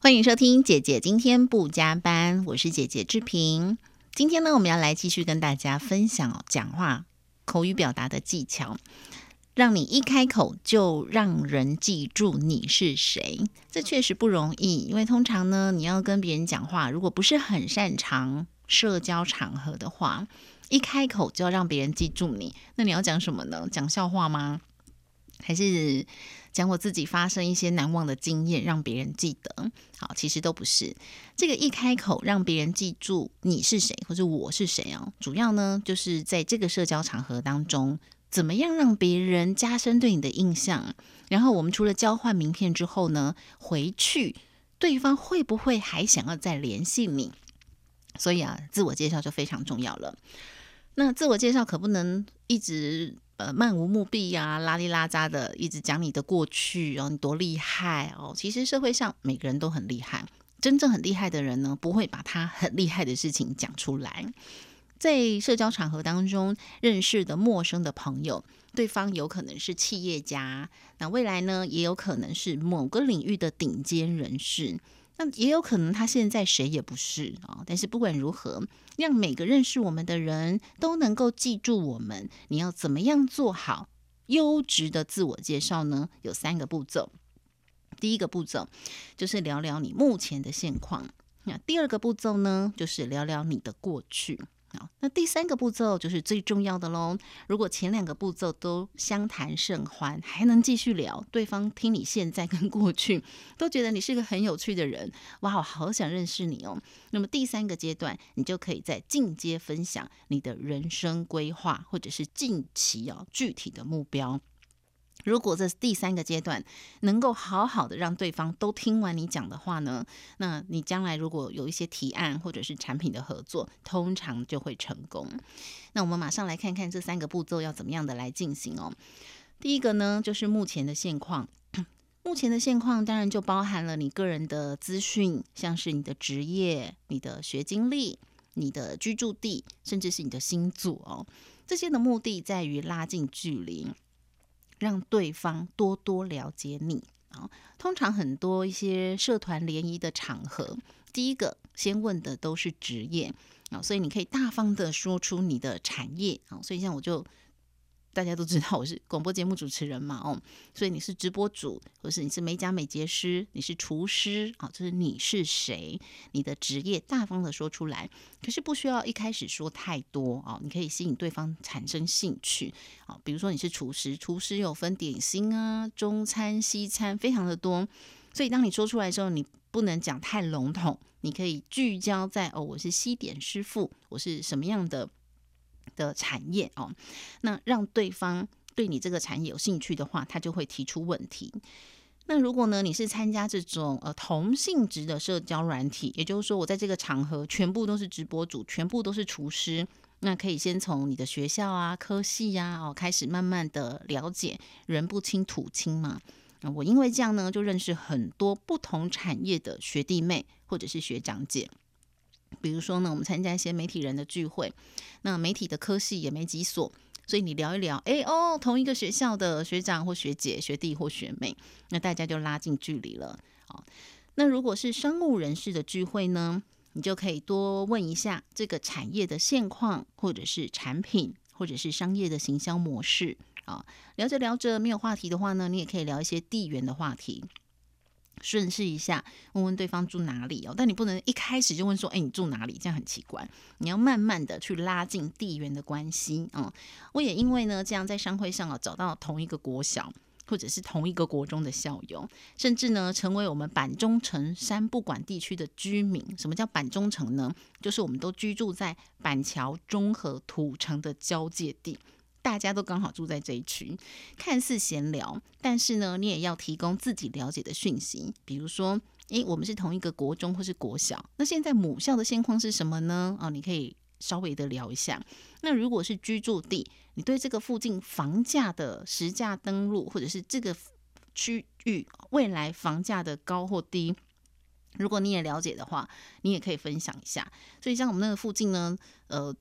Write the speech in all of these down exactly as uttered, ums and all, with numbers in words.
欢迎收听姐姐今天不加班，我是姐姐志平。今天呢，我们要来继续跟大家分享讲话口语表达的技巧，让你一开口就让人记住你是谁。这确实不容易，因为通常呢，你要跟别人讲话，如果不是很擅长社交场合的话，一开口就要让别人记住你，那你要讲什么呢？讲笑话吗？还是讲我自己发生一些难忘的经验让别人记得？好，其实都不是。这个一开口让别人记住你是谁或者我是谁哦，主要呢就是在这个社交场合当中，怎么样让别人加深对你的印象，然后我们除了交换名片之后呢，回去对方会不会还想要再联系你？所以啊，自我介绍就非常重要了。那自我介绍可不能一直呃漫无目的啊，拉里拉扎的一直讲你的过去哦，你多厉害哦。其实社会上每个人都很厉害，真正很厉害的人呢，不会把他很厉害的事情讲出来。在社交场合当中认识的陌生的朋友，对方有可能是企业家，那未来呢也有可能是某个领域的顶尖人士，那也有可能他现在谁也不是啊。但是不管如何，让每个认识我们的人都能够记住我们，你要怎么样做好优质的自我介绍呢？有三个步骤。第一个步骤就是聊聊你目前的现况，那第二个步骤呢，就是聊聊你的过去。好，那第三个步骤就是最重要的咯。如果前两个步骤都相谈甚欢，还能继续聊，对方听你现在跟过去都觉得你是个很有趣的人，哇，我好想认识你哦。那么第三个阶段，你就可以在进阶分享你的人生规划，或者是近期哦具体的目标。如果这第三个阶段能够好好的让对方都听完你讲的话呢，那你将来如果有一些提案或者是产品的合作，通常就会成功。那我们马上来看看这三个步骤要怎么样的来进行哦。第一个呢，就是目前的现况。目前的现况当然就包含了你个人的资讯，像是你的职业、你的学经历、你的居住地，甚至是你的星座哦。这些的目的在于拉近距离，让对方多多了解你。通常很多一些社团联谊的场合，第一个先问的都是职业，所以你可以大方的说出你的产业。所以像我就大家都知道我是广播节目主持人嘛，哦，所以你是直播主，或是你是美甲美睫师，你是厨师，哦，就是你是谁，你的职业大方的说出来。可是不需要一开始说太多，哦，你可以吸引对方产生兴趣。哦，比如说你是厨师，厨师有分点心啊、中餐、西餐，非常的多。所以当你说出来的时候，你不能讲太笼统，你可以聚焦在哦，我是西点师傅，我是什么样的的产业哦，那让对方对你这个产业有兴趣的话，他就会提出问题。那如果呢，你是参加这种呃同性质的社交软体，也就是说我在这个场合全部都是直播主，全部都是厨师，那可以先从你的学校啊、科系啊哦开始慢慢的了解，人不亲土亲嘛。我因为这样呢，就认识很多不同产业的学弟妹或者是学长姐。比如说呢，我们参加一些媒体人的聚会，那媒体的科系也没几所，所以你聊一聊，哎哦，同一个学校的学长或学姐、学弟或学妹，那大家就拉近距离了。好，那如果是商务人士的聚会呢，你就可以多问一下这个产业的现况，或者是产品，或者是商业的行销模式。啊，聊着聊着没有话题的话呢，你也可以聊一些地缘的话题。顺势一下问问对方住哪里哦，但你不能一开始就问说，哎，你住哪里？这样很奇怪。你要慢慢的去拉近地缘的关系。嗯，我也因为呢这样在商会上啊找到同一个国小或者是同一个国中的校友，甚至呢成为我们板中城山不管地区的居民。什么叫板中城呢？就是我们都居住在板桥、中和、土城的交界地。大家都刚好住在这一区，看似闲聊，但是呢，你也要提供自己了解的讯息。比如说，诶，我们是同一个国中或是国小，那现在母校的现况是什么呢？哦，你可以稍微的聊一下。那如果是居住地，你对这个附近房价的实价登录，或者是这个区域未来房价的高或低，如果你也了解的话，你也可以分享一下。所以像我们那个附近呢，呃。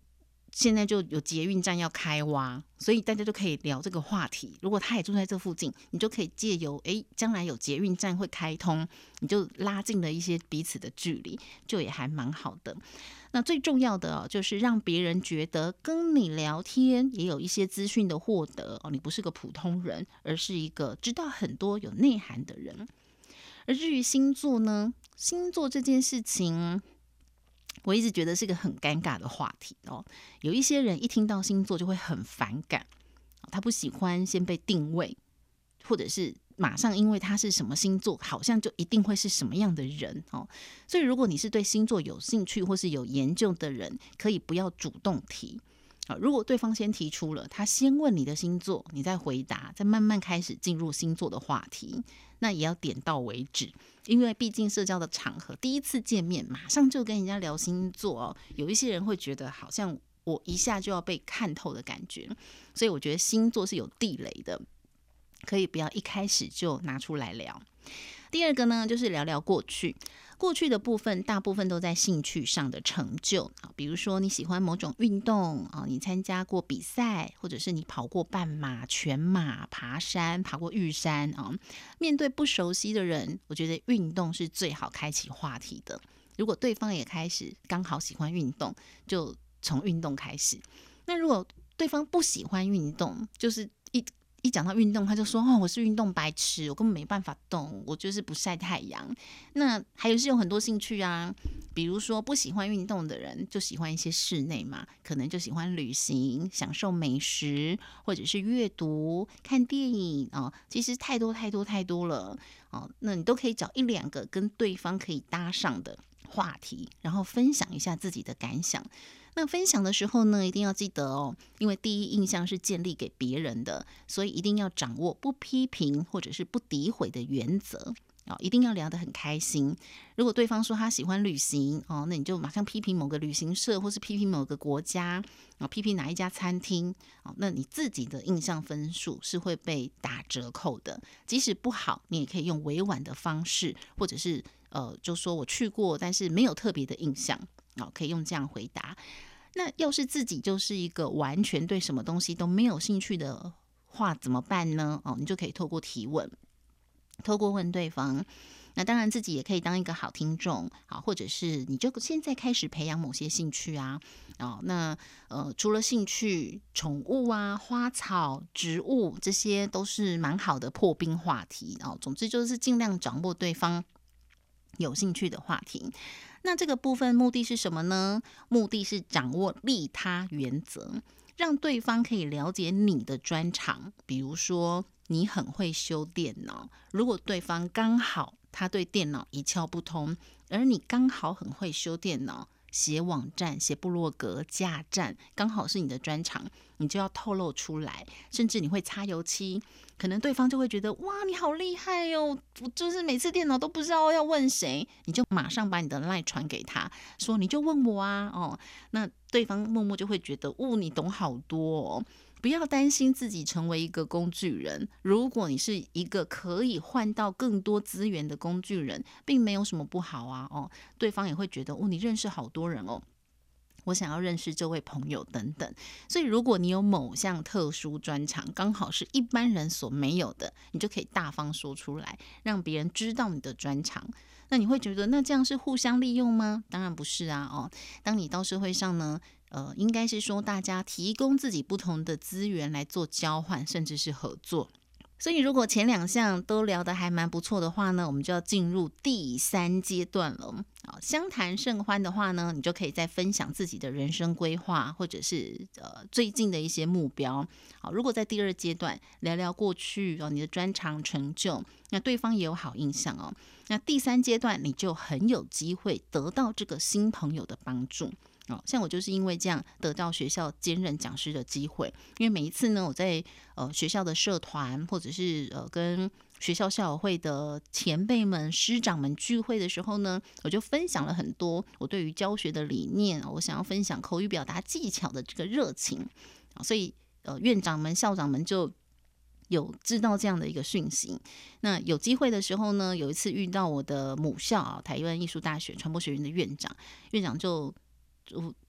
现在就有捷运站要开挖，所以大家就可以聊这个话题。如果他也住在这附近，你就可以借由诶将来有捷运站会开通，你就拉近了一些彼此的距离，就也还蛮好的。那最重要的、哦、就是让别人觉得跟你聊天也有一些资讯的获得、哦、你不是个普通人，而是一个知道很多有内涵的人。而至于星座呢，星座这件事情我一直觉得是个很尴尬的话题哦。有一些人一听到星座就会很反感，他不喜欢先被定位，或者是马上因为他是什么星座，好像就一定会是什么样的人哦。所以如果你是对星座有兴趣或是有研究的人，可以不要主动提。如果对方先提出了，他先问你的星座，你再回答，再慢慢开始进入星座的话题，那也要点到为止。因为毕竟社交的场合，第一次见面马上就跟人家聊星座哦，有一些人会觉得好像我一下就要被看透的感觉，所以我觉得星座是有地雷的，可以不要一开始就拿出来聊。第二个呢，就是聊聊过去。过去的部分大部分都在兴趣上的成就，比如说你喜欢某种运动，你参加过比赛，或者是你跑过半马、全马、爬山、爬过玉山。面对不熟悉的人，我觉得运动是最好开启话题的。如果对方也开始刚好喜欢运动，就从运动开始。那如果对方不喜欢运动，就是一一讲到运动，他就说哦，我是运动白痴，我根本没办法动，我就是不晒太阳。那还有是有很多兴趣啊，比如说不喜欢运动的人就喜欢一些室内嘛，可能就喜欢旅行、享受美食，或者是阅读、看电影哦。其实太多太多太多了哦，那你都可以找一两个跟对方可以搭上的话题，然后分享一下自己的感想。那分享的时候呢，一定要记得哦，因为第一印象是建立给别人的，所以一定要掌握不批评或者是不诋毁的原则。哦，一定要聊得很开心。如果对方说他喜欢旅行哦，那你就马上批评某个旅行社，或是批评某个国家，哦，批评哪一家餐厅哦，那你自己的印象分数是会被打折扣的。即使不好，你也可以用委婉的方式，或者是呃，就说我去过，但是没有特别的印象哦，可以用这样回答。那要是自己就是一个完全对什么东西都没有兴趣的话，怎么办呢？哦，你就可以透过提问。透过问对方，那当然自己也可以当一个好听众，好，或者是你就现在开始培养某些兴趣啊，哦，那呃除了兴趣，宠物啊、花草、植物这些都是蛮好的破冰话题哦。总之就是尽量掌握对方有兴趣的话题。那这个部分目的是什么呢？目的是掌握利他原则，让对方可以了解你的专长，比如说你很会修电脑，如果对方刚好他对电脑一窍不通，而你刚好很会修电脑，写网站、写部落格、架站，刚好是你的专长，你就要透露出来。甚至你会擦油漆，可能对方就会觉得哇，你好厉害哦！我就是每次电脑都不知道要问谁，你就马上把你的 LINE 传给他，说你就问我啊，哦，那对方默默就会觉得，哦，你懂好多哦。不要担心自己成为一个工具人，如果你是一个可以换到更多资源的工具人，并没有什么不好啊。哦，对方也会觉得哦，你认识好多人哦，我想要认识这位朋友等等。所以如果你有某项特殊专长，刚好是一般人所没有的，你就可以大方说出来，让别人知道你的专长。那你会觉得那这样是互相利用吗？当然不是啊。哦，当你到社会上呢，呃，应该是说大家提供自己不同的资源来做交换，甚至是合作。所以如果前两项都聊得还蛮不错的话呢，我们就要进入第三阶段了。相谈甚欢的话呢，你就可以再分享自己的人生规划，或者是呃最近的一些目标。好，如果在第二阶段聊聊过去哦，你的专长成就，那对方也有好印象哦。那第三阶段你就很有机会得到这个新朋友的帮助。哦，像我就是因为这样得到学校兼任讲师的机会，因为每一次呢，我在呃学校的社团或者是呃跟学校校友会的前辈们、师长们聚会的时候呢，我就分享了很多我对于教学的理念，我想要分享口语表达技巧的这个热情，所以呃院长们、校长们就有知道这样的一个讯息。那有机会的时候呢，有一次遇到我的母校台湾艺术大学传播学院的院长，院长就就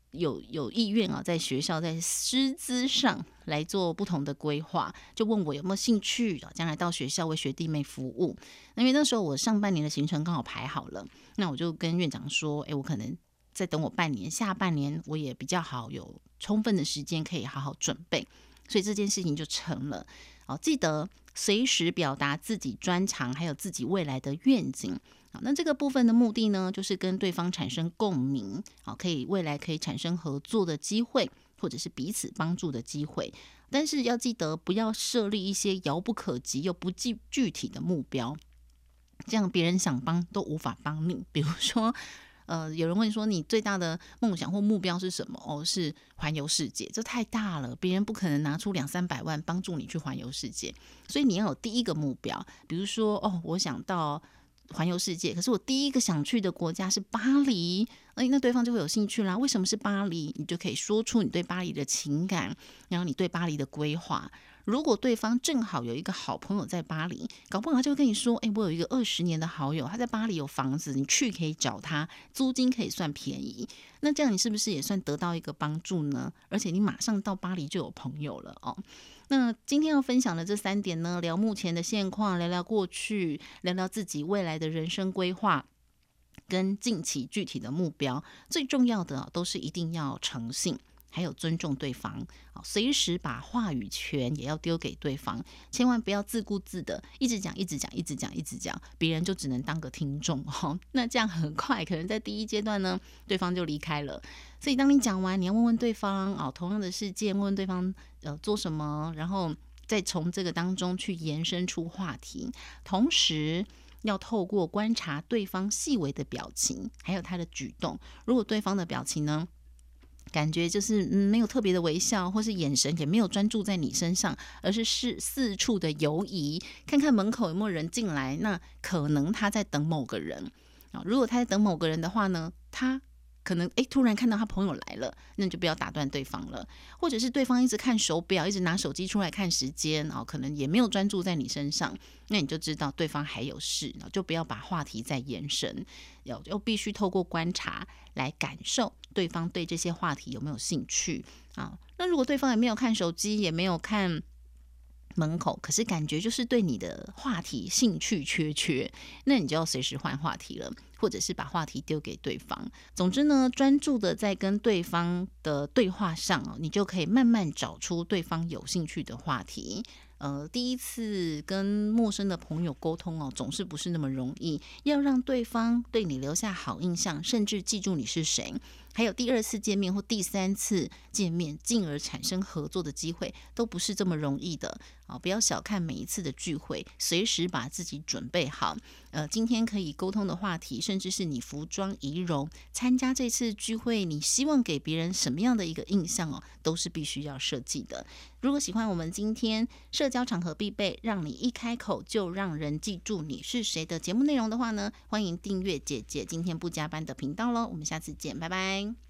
有有意愿啊，在学校在师资上来做不同的规划，就问我有没有兴趣将来到学校为学弟妹服务。因为那时候我上半年的行程刚好排好了，那我就跟院长说，哎，我可能再等我半年，下半年我也比较好有充分的时间可以好好准备，所以这件事情就成了。好，记得随时表达自己专长，还有自己未来的愿景。好，那这个部分的目的呢，就是跟对方产生共鸣，好，可以未来可以产生合作的机会，或者是彼此帮助的机会。但是要记得不要设立一些遥不可及又不具具体的目标，这样别人想帮都无法帮你。比如说呃，有人问说你最大的梦想或目标是什么？哦，是环游世界，这太大了，别人不可能拿出两三百万帮助你去环游世界，所以你要有第一个目标，比如说哦，我想到环游世界，可是我第一个想去的国家是巴黎，哎，那对方就会有兴趣啦。为什么是巴黎？你就可以说出你对巴黎的情感，然后你对巴黎的规划。如果对方正好有一个好朋友在巴黎，搞不好他就会跟你说，哎，我有一个二十年的好友，他在巴黎有房子，你去可以找他，租金可以算便宜。那这样你是不是也算得到一个帮助呢？而且你马上到巴黎就有朋友了哦。那今天要分享的这三点呢，聊目前的现况，聊聊过去，聊聊自己未来的人生规划，跟近期具体的目标。最重要的都是一定要诚信，还有尊重对方，随时把话语权也要丢给对方，千万不要自顾自的一直讲一直讲一直讲一直讲，别人就只能当个听众、哦、那这样很快可能在第一阶段呢，对方就离开了。所以当你讲完，你要问问对方、哦、同样的事件，问问对方、呃、做什么，然后再从这个当中去延伸出话题，同时要透过观察对方细微的表情还有他的举动。如果对方的表情呢感觉就是、嗯、没有特别的微笑，或是眼神也没有专注在你身上，而是四四处的游移，看看门口有没有人进来，那可能他在等某个人。如果他在等某个人的话呢，他可能诶突然看到他朋友来了，那你就不要打断对方了。或者是对方一直看手表，一直拿手机出来看时间、哦、可能也没有专注在你身上，那你就知道对方还有事，就不要把话题再延伸，又必须透过观察来感受对方对这些话题有没有兴趣、啊、那如果对方也没有看手机，也没有看门口，可是感觉就是对你的话题兴趣缺缺，那你就要随时换话题了，或者是把话题丢给对方。总之呢，专注的在跟对方的对话上，你就可以慢慢找出对方有兴趣的话题。呃，第一次跟陌生的朋友沟通哦，总是不是那么容易，要让对方对你留下好印象，甚至记住你是谁，还有第二次见面或第三次见面，进而产生合作的机会，都不是这么容易的、哦、不要小看每一次的聚会，随时把自己准备好。呃，今天可以沟通的话题，甚至是你服装仪容，参加这次聚会，你希望给别人什么样的一个印象哦，都是必须要设计的。如果喜欢我们今天社交场合必备，让你一开口就让人记住你是谁的节目内容的话呢，欢迎订阅姐姐今天不加班的频道咯。我们下次见，拜拜。